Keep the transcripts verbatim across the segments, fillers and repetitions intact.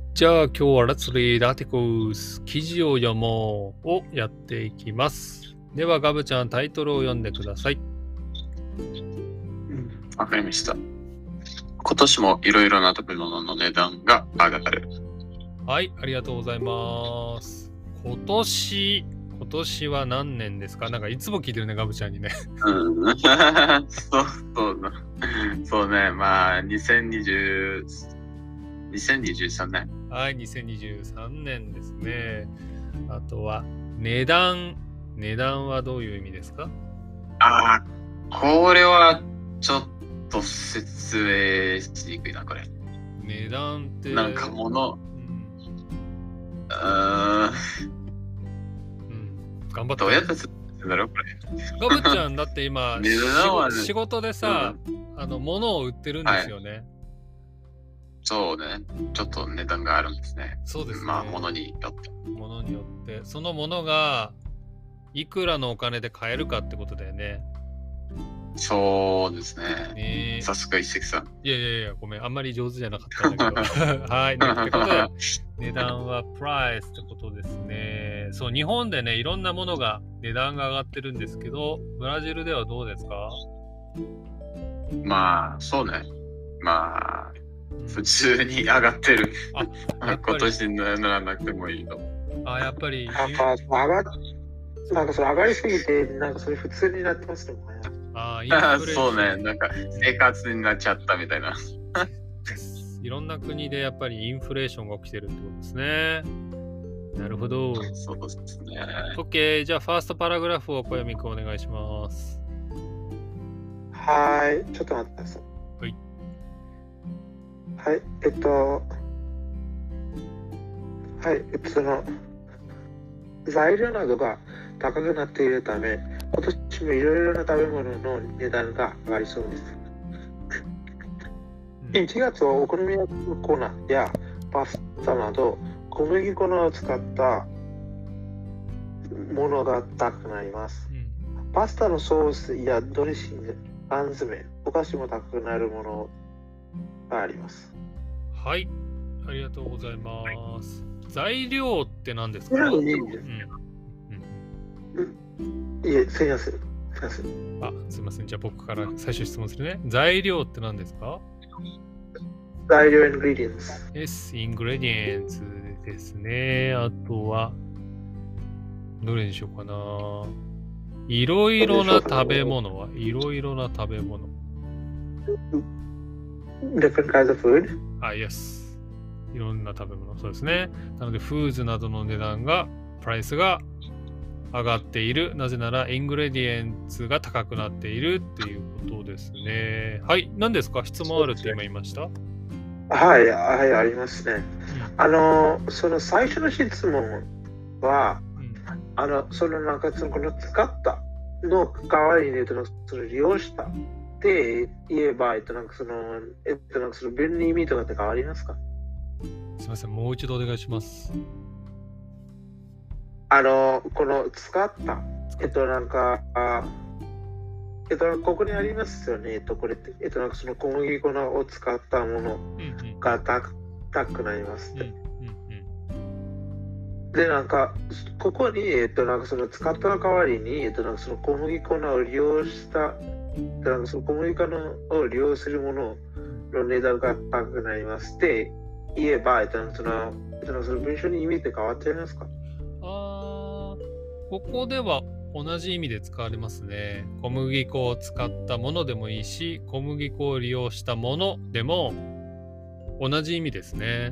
じゃあ今日は Let's read articles 記事を読もうをやっていきます。ではガブちゃんタイトルを読んでください。 わかりました。今年もいろいろな食べ物の値段が上がる。 はい、ありがとうございます。今年、今年は何年ですか？なんかいつも聞いてるね、ガブちゃんにね。 うん、そうそうな。そうね、まあ、にせんにじゅう、にせんにじゅうさんねん。 はい、にせんにじゅうさんねんですね。あとは、値段。値段はどういう意味ですか？ ああ、これはちょっと説明しにくいな、これ。 値段って。 なんか物、 うん、 うーん、 うん、頑張って。 どうやって説明するんだろう、これ。 ガブちゃんだって今値段はね仕事でさ、 うんあの物を売ってるんですよね、はい、 そうね、ちょっと値段があるんですね。 そうですね。 まあ物によって。 物によってその物がいくらのお金で買えるかってことだよね。 そうですね。 ね、 さすが一石さん。 いやいやいや、ごめん、あんまり上手じゃなかったんだけど。はい、ね、ってことで、値段はプライスってことですね。そう、日本でね、いろんなものが値段が上がってるんですけど、ブラジルではどうですか？ まあ、そうね。まあ、普通に上がってる。あ、今年にならなくてもいいの。 あ、やっぱり。 なんか、上がなんかそれ上がりすぎて、なんかそれ普通になってますね。 あ、インフレーション。 そうね、なんか生活になっちゃったみたいな。 いろんな国でやっぱりインフレーションが起きてるってことですね。なるほど。 そうですね。 OK、じゃあファーストパラグラフを小読くお願いします。 はい、ちょっと待ってください。 はい。 はい、えっと、はい、えっと、その、材料などが高くなっているため、今年もいろいろな食べ物の値段が上がりそうです。いちがつはお好み焼きの粉やパスタなど小麦粉を使ったものが高くなります。うん、パスタのソースやドレッシング、缶詰、お菓子も高くなるものがあります。 はい、ありがとうございます。材料って何ですか？うん、 いえ、すみません。 あ、すみません。じゃあ僕から最初質問するね。材料って何ですか？ 材料、イングレディエンツ。 Yes、イングレディエンツですね。あとは、どれにしようかな。いろいろな食べ物はいろいろな食べ物。 Different kinds of food? あ、Yes。いろんな食べ物。そうですね。なので、フーズなどの値段が、プライスが上がっている。なぜなら、イングレディエンツが高くなっているっていうことですね。はい。何ですか？質問あるって今言いました？ はい、はい、ありますね。あの、その最初の質問は、うん、あの、そのなんか、そのこの使ったの代わりに、その利用したって言えば、えっと、なんかその、えっと、なんかその便利意味とかって変わりますか？ すみません、もう一度お願いします。 あの、この使った、えっと、なんか、あえっと、ここにありますよね。えっと、これって、えっと、なんかその小麦粉を使ったものが高くなりますって。で、なんか、ここに、えっと、なんかその使った代わりに、えっと、なんかその小麦粉を利用した、なんかその小麦粉を利用するものの値段が高くなりますって言えば、えっと、その、えっと、その文章に意味って変わっちゃいますか？ あー、ここでは同じ意味で使われますね。小麦粉を使ったものでもいいし、小麦粉を利用したものでも同じ意味ですね。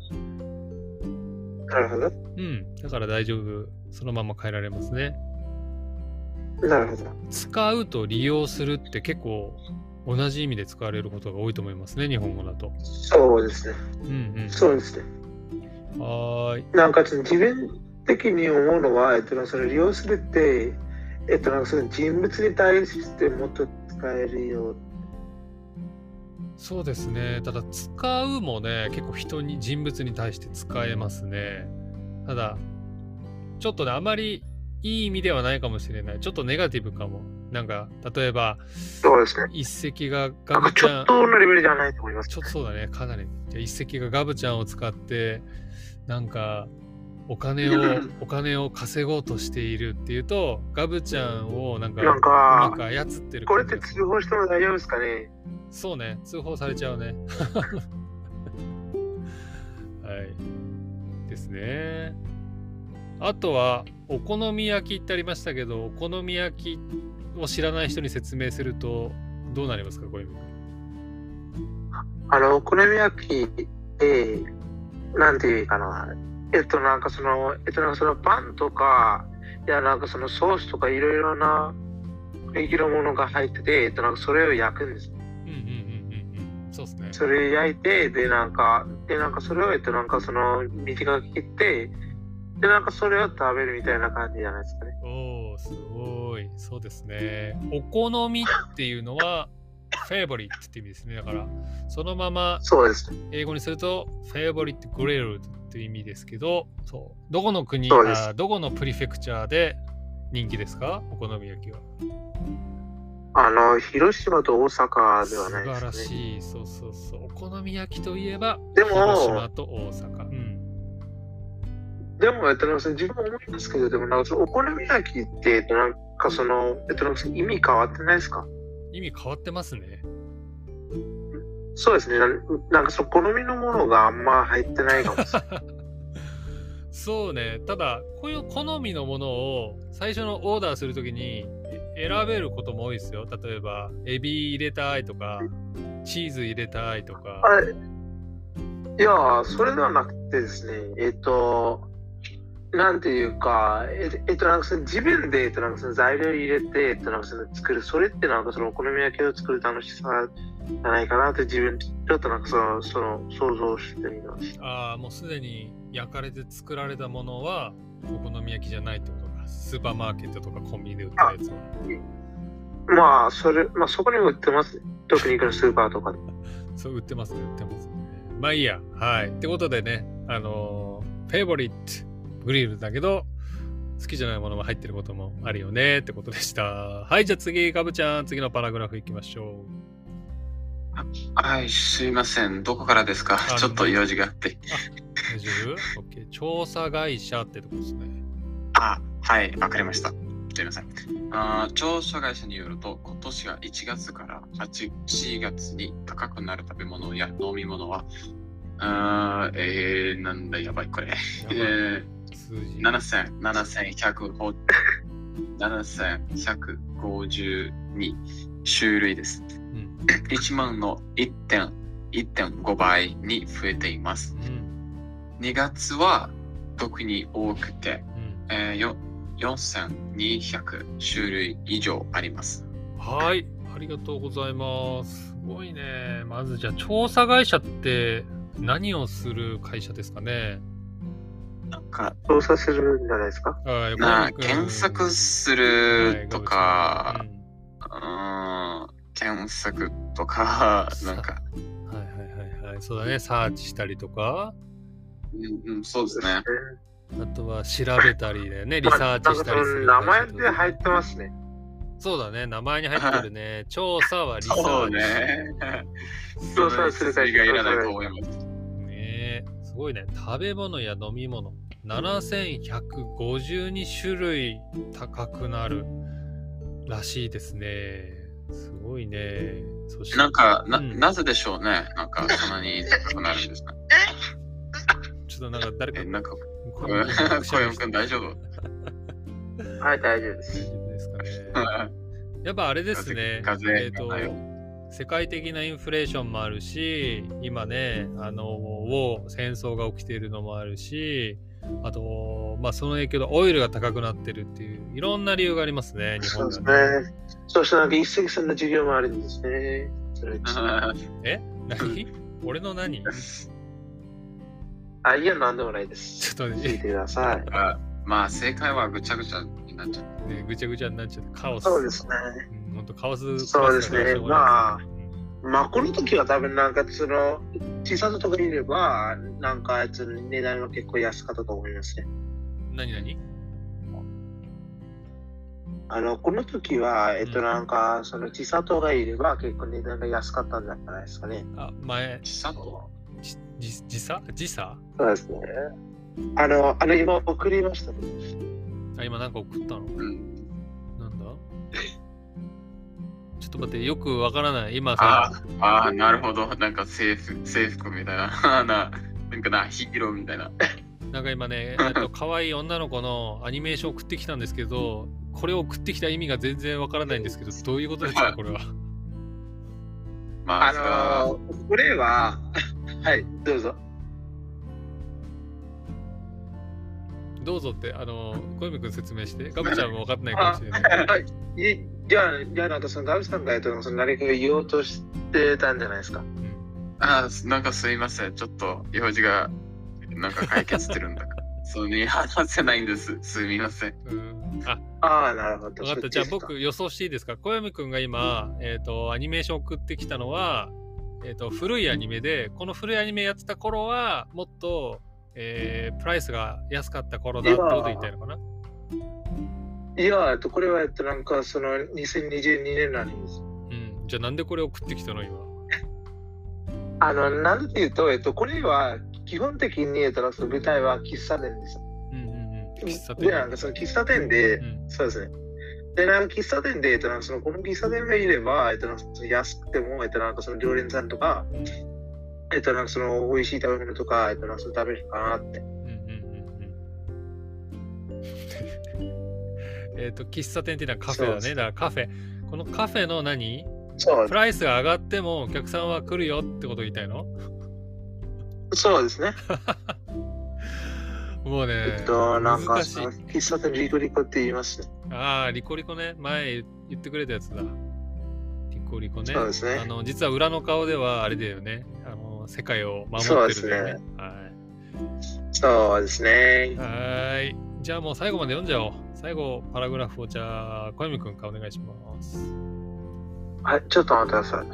なるほど。 うん。だから大丈夫。そのまま変えられますね。 なるほど。 使うと利用するって結構同じ意味で使われることが多いと思いますね、日本語だと。 そうですね。 うんうん。 そうですね。 はーい。 なんか自分的に思うのは、えっと、それ利用するって、えっと、なんかその人物に対してもっと使えるよう。 そうですね。ただ使うもね、結構人に人物に対して使えますね。ただちょっとね、あまりいい意味ではないかもしれない。ちょっとネガティブかも。 なんか例えばそうですね。 一隻がガなんかちブちゃん、 ょっとのレベルじゃないと思います。 ちょっとそうだね、かなり。じゃあ一隻がガブちゃんを使ってなんかお金をお金を稼ごうとしているっていうと、ガブちゃんをなんかなんうまか、 く操ってるこれって感じがする。 通報しても大丈夫ですかね？ そうね、通報されちゃうね。はいですね。あとはお好み焼きってありましたけど、お好み焼きを知らない人に説明するとどうなりますか、これ。 あの、お好み焼きって、なんていうかな。えっと、なんかその、えっと、なんかそのパンとか、いや、なんかそのソースとかいろいろなできるものが入ってて、えっと、なんかそれを焼くんです。 うんうんうんうんうん。そうですね。 それを焼いて、で、なんか、で、なんかそれを、えっと、なんかその、短く切って、で、なんかそれを食べるみたいな感じじゃないですかね。 おー、すごい。そうですね。お好みっていうのは、フェイボリットって意味ですね。だから、そのままそうですね。 英語にすると、フェイボリットグリルっていう意味ですけど、そう。どこの国、 そうですあどこのプリフェクチャーで人気ですか、お好み焼きは。 あの、広島と大阪ではない素晴らですね。 しい。そうそうそう。お好み焼きといえば、 でも広島と大阪。うん。 でも、えっと、なんかその自分思いますけど、でも、なんかそのお好み焼きって、えっと、なんかその、えっと、なんかその意味変わってないですか？ 意味変わってますね。 そうですね。なんなんかその好みのものがあんま入ってないかもしれない。 そうね。ただ、こういう好みのものを最初のオーダーするときにえ選べることも多いですよ。例えば、エビ入れたいとか、チーズ入れたいとか。 あれいや、それではなくてですね、えっと、なんていうか、ええっと、なんかその自分で、えっと、なんかその材料入れて、えっと、なんかその作る、それってなんかそのお好み焼きを作る楽しさじゃないかなって自分、ちょっとなんかその、その想像してみました。 ああ、もうすでに焼かれて作られたものはお好み焼きじゃないってことか。スーパーマーケットとかコンビニで売ってるやつは。 まあ、それ、まあ、そこにも売ってますね。特にこのスーパーとかで。 そう、売ってますね、売ってますね。まあいいや。はい。ってことでね、あのー、フェイボリットグリルだけど、好きじゃないものも入ってることもあるよねってことでした。はい、じゃあ次、ガブちゃん、次のパラグラフ行きましょう。 はい、すいません。どこからですか？ あちょっと用事があって。 大丈夫？ OK。調査会社ってとこですね。 あ、はい、わかりました。すいません。あー調査会社によると、今年はいちがつからはちがつに高くなる食べ物や飲み物は、あーえー、なんだ、やばい、これ。 やばいえ数字。 ー、ななせん、ななせんひゃく、ななせんひゃくごじゅうに種類です。 うん。 いちまんのいってんごばいに増えています。 うん。 にがつは特に多くて、 うん。 えー、よよんせんにひゃく種類以上あります。 はい。ありがとうございます。すごいね。まずじゃあ、調査会社って何をする会社ですかね。 なんか、 調査するんじゃないですか？ あ横な山君検索すはいるとか、 ガブちゃんうーん、検索とか、なんか、 うんはいはいはいはい。そうだね。サーチしたりとか、 うんうん、そうですね。 あとは調べたりだよね。リまあサーチしたりするなんか会社とか。 その名前で入ってますね。 そうだね。名前に入ってるね。調査はリサーチ。 そうね。 調査する会社がいらないと思います。 ねえ、すごいね。食べ物や飲み物。ななせんひゃくごじゅうに種類高くなるらしいですね。すごいね。そしてなんか、な、 うんなぜでしょうね。なんか、そんなに高くなるんですか。 ちょっとなんか誰かえ、なんか、 小小山君山君大丈夫？ はい、大丈夫で大す。 丈夫ですかね。やっぱあれですね。 風えっ、とはい、 世界的なインフレーションもあるし、今ね、あの、を戦争が起きているのもあるし、あと、まあその影響でオイルが高くなってるっていう、いろんな理由がありますね、日そう本ですがね。 ね。そしてなんか一石さんの授業もあるんですね。それえ何俺の何あ、いや、なんでもないです。 ちょっとね聞いてください。 あまあ、正解はぐちゃぐちゃになっちゃう。 ね、ぐちゃぐちゃになっちゃってカオス。 そうですね。 うん、ほんとカオス。 そうですねクラスだからしょうがないですねまあ、この時は多分なんかその、小さなところにいれば、なんかその値段は結構安かったと思いますね。 うん何何あの、この時は、えっと、なんか、その、千里がいれば結構値段が安かったんじゃないですかね。 あ、前、 千里じじ時差時差そうですね。あの、あの、今送りましたね。 あ、今なんか送ったのうん。 なんだちょっと待って、よくわからない。今あさ、 ーあー、なるほど。なんか制服、制服みたいな。ななんかな、ヒーローみたいな。 なんか今ね、えっと可愛い女の子のアニメーション送ってきたんですけど、これを送ってきた意味が全然わからないんですけど、どういうことですか、これは。 まあ、 あのー、これは、はい、どうぞ。 どうぞって、あの、小泉君説明して。ガブちゃんも分かってないかあもしれない。 はいいじゃあ、じゃあ、なんかそのガブさんが、えっと、その何か言おうとしてたんじゃないですか。 あーなんかすいません。ちょっと用事がなんか解決してるんだから。そうに話せないんです。すみません。 うん、あ、 ああ、なるほど。 分かった。じゃあ僕予想していいですか。小泉君が今、えっと、アニメーション送ってきたのは、えっと、古いアニメで、この古いアニメやってた頃は、もっと、えー、プライスが安かった頃だってこと言いたいのかな。 いや、えっと、これは、えっと、なんかそのにせんにじゅうにねんなんです。 うん。じゃあなんでこれ送ってきたの今。 あの、なんで言うと、えっと、これは基本的に、えっと、その舞台は喫茶店です。 うんうんうん。喫茶店。 で、なんかその喫茶店で、 うん、 そうですね。で、なんか喫茶店で、えっと、なんかそのこの喫茶店がいれば、えっと、なんかその安くても、えっと、なんかその常連さんとか、えっと、なんかその美味しい食べ物とか、えっと、なんかその食べるかなって。 うんうんうんうん。えっと、喫茶店っていうのはカフェだね。だからカフェ。このカフェの何そうプライスが上がってもお客さんは来るよってこと言いたいの？ そうですね。 もうね、 えっと、なんか難しい。 喫茶店リコリコって言いますね。 ああ、リコリコね。前言ってくれたやつだ。リコリコね。 そうですね。 あの、実は裏の顔ではあれだよね。あの、世界を守ってるんだよね。 そうですね。 はい。 そうですね。 はい。じゃあもう最後まで読んじゃおう。最後、パラグラフをじゃあ、小泉くんからお願いします。 はい、ちょっと待ってください。 うん。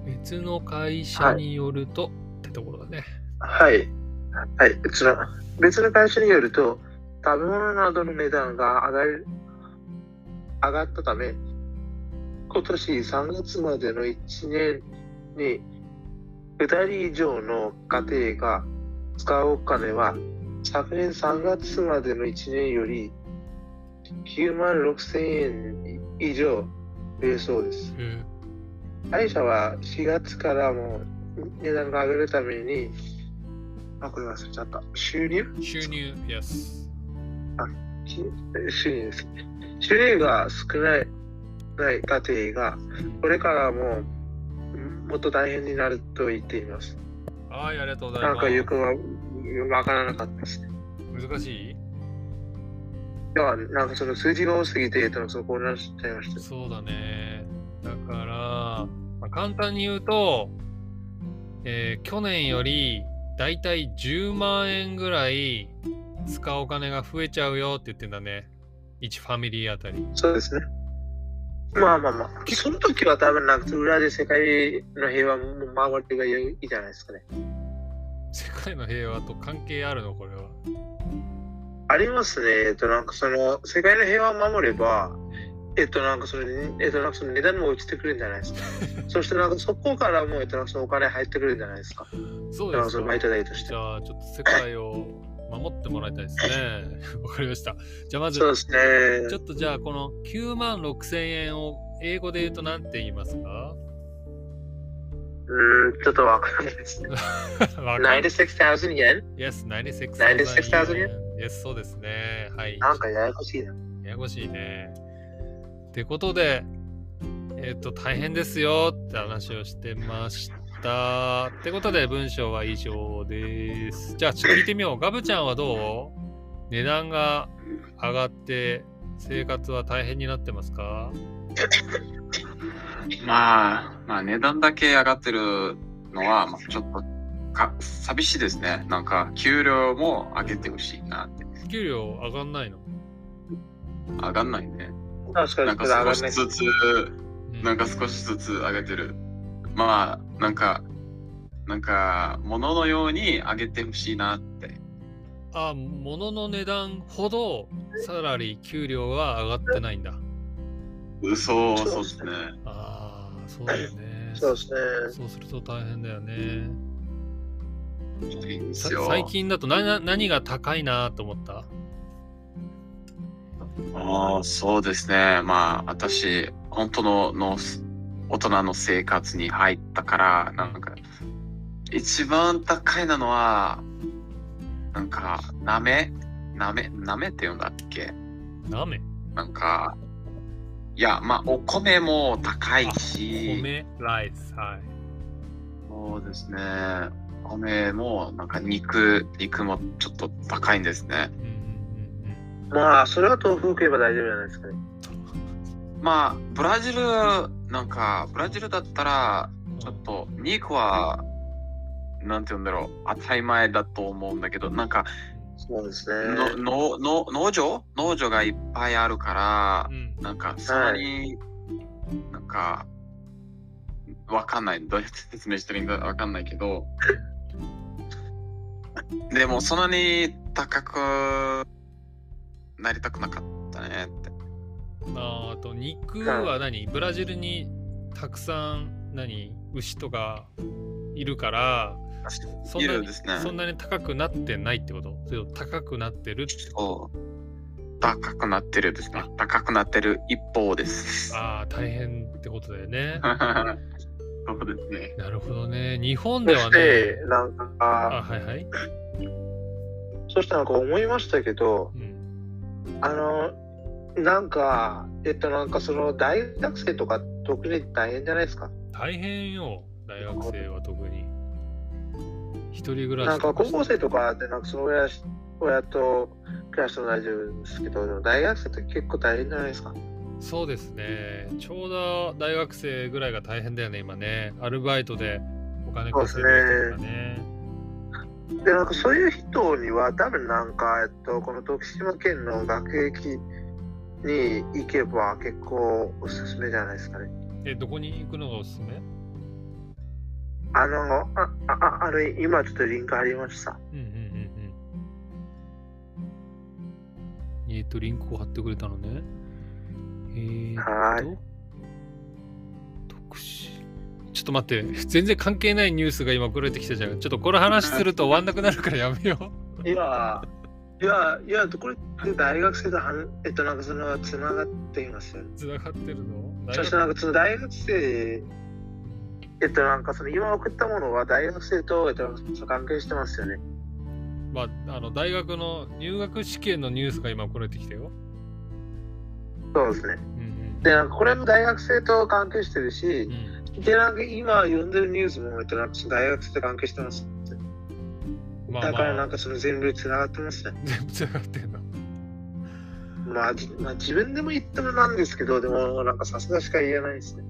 別の会社によると、はい、ってところだね。 はい。はい。別の、別の会社によると、食べ物などの値段が上がる、上がったため、今年さんがつまでのいちねんにふたり以上の家庭が使うお金は、昨年さんがつまでのいちねんよりきゅうまんろくせんえん以上増えそうです。会社はしがつからも値段が上がるために、あ、これ忘れちゃった。収入収入、yes。 あ、収入です。収入が少ないない家庭が、これからももっと大変になると言っています。 はい、ありがとうございます。 なんかよくはわからなかったですね。 難しい？ いや、なんかその数字が多すぎて、そこ混乱しちゃいました。 そうだね。だから、まあ、簡単に言うと、えー、去年よりだいたいじゅうまんえんぐらい使うお金が増えちゃうよって言ってんだね。いちファミリーあたり。 そうですね。まあまあまあ、その時は多分なんか裏で世界の平和も守りがいいじゃないですかね。 世界の平和と関係あるのこれは。 ありますね。えっとなんかその世界の平和を守れば、えっとなんかそのえっとなんかその値段も落ちてくるんじゃないですか。そしてなんかそこからもえっとなんかそのお金入ってくるんじゃないですか。 そうですか。 そのバイト代として。 じゃあちょっと世界を守ってもらいたいですね。わかりました。じゃあまず、 そうですね。 ちょっとじゃあこのきゅうまんろくせんえんを英語で言うと何て言いますか？ うーん、ちょっとわかんないですね。きゅうじゅうろくせんえん Yes, きゅうじゅうろくせんえんきゅうじゅうろくせんえん Yes, そうですね。はい。 なんかややこしいな。 ややこしいね。ってことで、えっと、大変ですよって話をしてました。ってことで、文章は以上です。じゃあ、ちょっと聞いてみよう。ガブちゃんはどう？値段が上がって生活は大変になってますか？ まあ、まあ値段だけ上がってるのは、まあ、ちょっとか寂しいですね。なんか給料も上げてほしいなって。 給料上がんないの？ 上がんないね。 確かになんか少しずつ、なんか少しずつ上げてる。まあ、なんか、なんか、物のように上げてほしいなって。 あ、物の値段ほどサラリー、給料は上がってないんだ。 嘘、そうですね。 ああ、そうだよね。 そうですね。 そうすると大変だよね。 いいんですさよ。 最近だと何何が高いなと思った？ ああ、そうですね。まあ、私、本当のの大人の生活に入ったから、なんか、一番高いなのは、なんか、なめなめなめって言うんだっけ？ ラーメン？ なんか、いや、まあ、お米も高いし、 米、ライス、はい。 そうですね。米も、なんか肉、肉もちょっと高いんですね。 うんうんうんまあ、それは豆腐食えば大丈夫じゃないですかね。 まあ、ブラジル、なんか、ブラジルだったら、ちょっと肉は、なんて言うんだろう、当たり前だと思うんだけど、なんか、 そうですのね。 のの農場農場がいっぱいあるからう、んなんか、そんなに、なんか、わかんない。どうやって説明してるんかわかんないけど、でも、そんなに高くなりたくなかったねって。 まあ、あと肉は何？ブラジルにたくさん何牛とかいるからそんいなに、 るですね。 そんなに高くなってないってこと？それとも高くなってるってそう。高くなってるですね。高くなってる一方です。 ああ、大変ってことだよね。 そうですね。 なるほどね。日本そではねして、なんあ、 か、 はいはい、 そしてなんか思いましたけど、 うん、 あの、なんか、えっと、なんかその大学生とか特に大変じゃないですか。 大変よ、大学生は特に。一人暮らしなんか高して校生とかで、なんかその親し親と暮らしても大丈夫ですけど、でも大学生って結構大変じゃないですか。 そうですね。ちょうど大学生ぐらいが大変だよね、今ね。アルバイトでお金稼ぐ人とかね。 で、なんかそういう人には多分なんか、えっと、この徳島県の学駅に行けば結構おすすめじゃないですかね。 え、どこに行くのがおすすめ？ あの、あ、あ、あの、今ちょっとリンクありました。 うんうんうんうん。えっと、リンクを貼ってくれたのね。えー、っと、 はい特殊。ちょっと待って、全然関係ないニュースが今送られてきたじゃん。ちょっとこれ話すると終わんなくなるからやめよう。 いや、いや、いや、これって大学生とはん、えっと、なんかその、つながっていますよ。 つながってるの？ そしてなんかその大学生、えっと、なんかその今送ったものは大学生と、えっと、その関係してますよね。 まあ、あの大学の入学試験のニュースが今送られてきたよ。 そうですね。 うんうんで、なんかこれも大学生と関係してるし、 うん、 で、なんか今読んでるニュースも、えっと、なんかその大学生と関係してます。 まあまあ、 だからなんかその全部つながってますね。 全部つながってんの。 まあ、じまあ、自分でも言ってもなんですけど、でもなんかさすがしか言えないですね。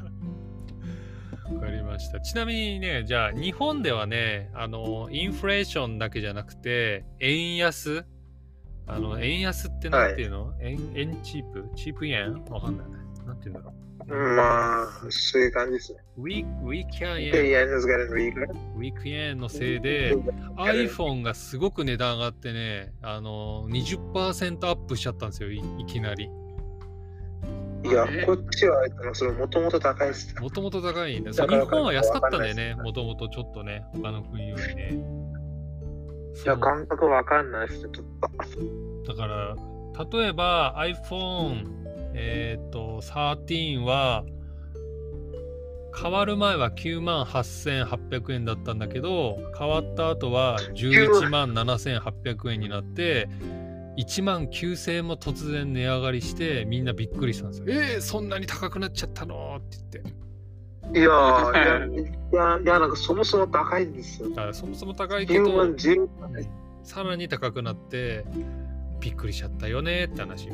わかりました。ちなみにね、じゃあ日本ではね、あのインフレーションだけじゃなくて円安、あの円安ってなんていうの？はい、円, 円チープチープ円わかんない。なんていうんだろう。 まあ、そういう感じですね。 ウィーク、ウィーク円。 ウィーク円のせいで iPhone がすごく値段上がってね、あの にじゅっパーセント アップしちゃったんですよ、い, いきなり。 いや、こっちはそれもともと高いです。 もともと高いんだ。日本は安かったんだよね、もともとちょっとね、他の国よりね。 いや、感覚わかんないです、ちょっと。だから、例えば iPhone、えっと、じゅうさんは、変わる前はきゅうまんはっせんはっぴゃくえんだったんだけど、変わった後はじゅういちまんななせんはっぴゃくえんになって、いちまんきゅうせんえんも突然値上がりしてみんなびっくりしたんですよ。えー、そんなに高くなっちゃったのって言って。 いやー、いや、いや、なんかそもそも高いんですよ。 だからそもそも高いけど、うん、さらに高くなってびっくりしちゃったよねって話を。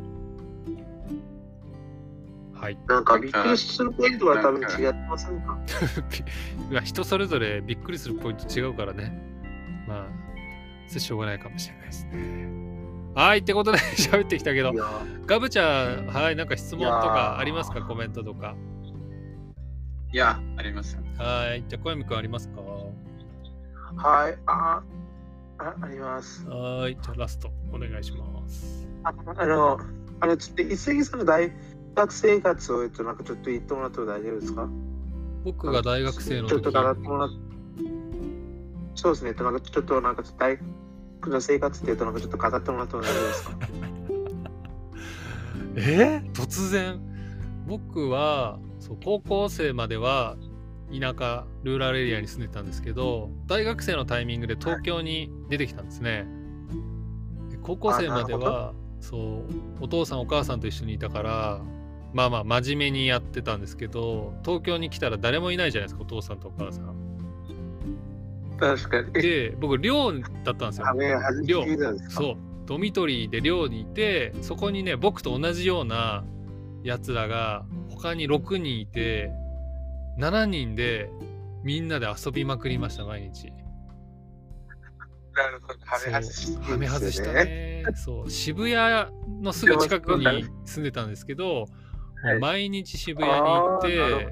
はい。 なんかびっくりするポイントは多分違ってませんか？ いや、人それぞれびっくりするポイント違うからね。まあ、それしょうがないかもしれないですね。はい、ってことで喋ってきたけど、ガブちゃん、はい、なんか質問とかありますか？コメントとか。 いや、あります。 はい、じゃあ小山くんありますか？ はい、あ、 あ、あります。 はい、じゃあラストお願いします。 ああの、あの、ちょっと一石さんの大学生活を、えっと、なんかちょっと言ってもらっても大丈夫ですか？ 僕が大学生の時ちょっと語ってもらって。そうですね、えっと、なんかちょっとなんか大学の生活って言うと、なんかちょっと語ってもらっても大丈夫ですか？ えー、突然僕はそう高校生までは田舎ルーラルエリアに住んでたんですけど、大学生のタイミングで東京に出てきたんですね。で高校生まではそうお父さんお母さんと一緒にいたから、まあまあ真面目にやってたんですけど、東京に来たら誰もいないじゃないですか、お父さんとお母さん。 確かに。 で僕寮だったんですよ。寮、そうドミトリーで寮にいて、そこにね僕と同じようなやつらが他にろくにんいて、しちにんでみんなで遊びまくりました、毎日。 なるほど、はめ外した、 はめ外したね。そう渋谷のすぐ近くに住んでたんですけど、もう毎日渋谷に行って、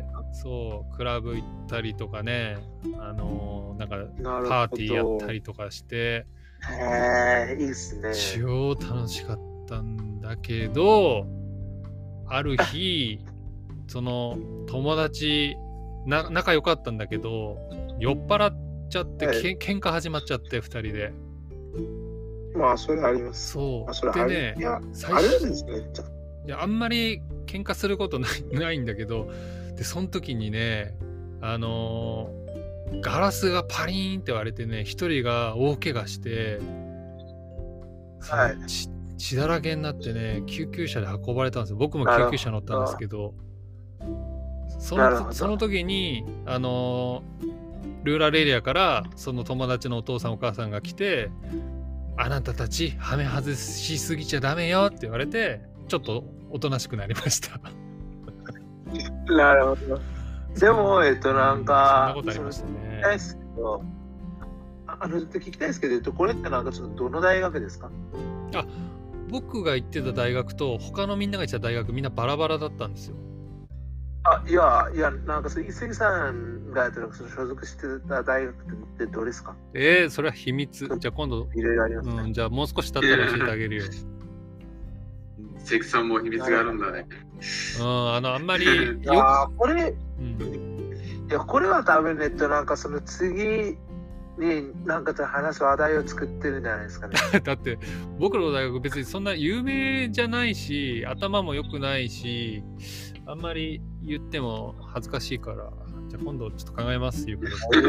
そうクラブ行ったりとかね、あのー、なんかパーティーやったりとかして、 へー、いいっすね。 超楽しかったんだけど、ある日その友達な仲良かったんだけど酔っ払っちゃって、はい、け喧嘩始まっちゃってふたりで。 まあそれあります。 そうあそれでね、 いや最初ですね。 いやあんまり喧嘩することないないんだけど、でその時にね、あのー、ガラスがパリーンって割れてね、一人が大怪我して、はい、血, 血だらけになってね、救急車で運ばれたんですよ。僕も救急車乗ったんですけど、そ の, その時にあのー、ルーラルエリアからその友達のお父さんお母さんが来て、あなたたちはめ外しすぎちゃダメよって言われて、ちょっとおとなしくなりました。 なるほど。でもえっとなんか、 そんなことありましたね。 ですけど、あの聞きたいですけど、えっとこれってなんかそのどの大学ですか？ あ、僕が行ってた大学と他のみんなが行ってた大学みんなバラバラだったんですよ。 あ、いやいや、なんかその一石さんがその所属してた大学ってどうですか？ えー、それは秘密。じゃあ今度いろいろありますね。 うん、じゃあもう少し経ったら教えてあげるよ。 セクさんも秘密があるんだね。 うん、あのあんまりよいやこれ、 うん、 いやこれは多分ね、となんかその次になんかと話す話題を作ってるんじゃないですかね。 だって僕の大学別にそんな有名じゃないし、頭も良くないし、あんまり言っても恥ずかしいから、じゃあ今度ちょっと考えますよ。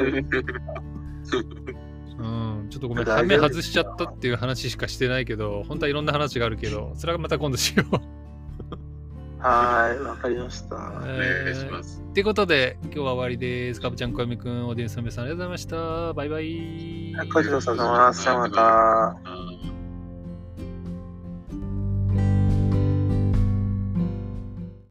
うん、ちょっとごめん、はめ外しちゃったっていう話しかしてないけど、本当はいろんな話があるけど、それはまた今度しよう。 はい、わかりました。 えー、お願いします。ということで、今日は終わりです。かぶちゃん、小山くん、オーディエンスの皆さん、ありがとうございました。バイバイ。 こちらこそ、また。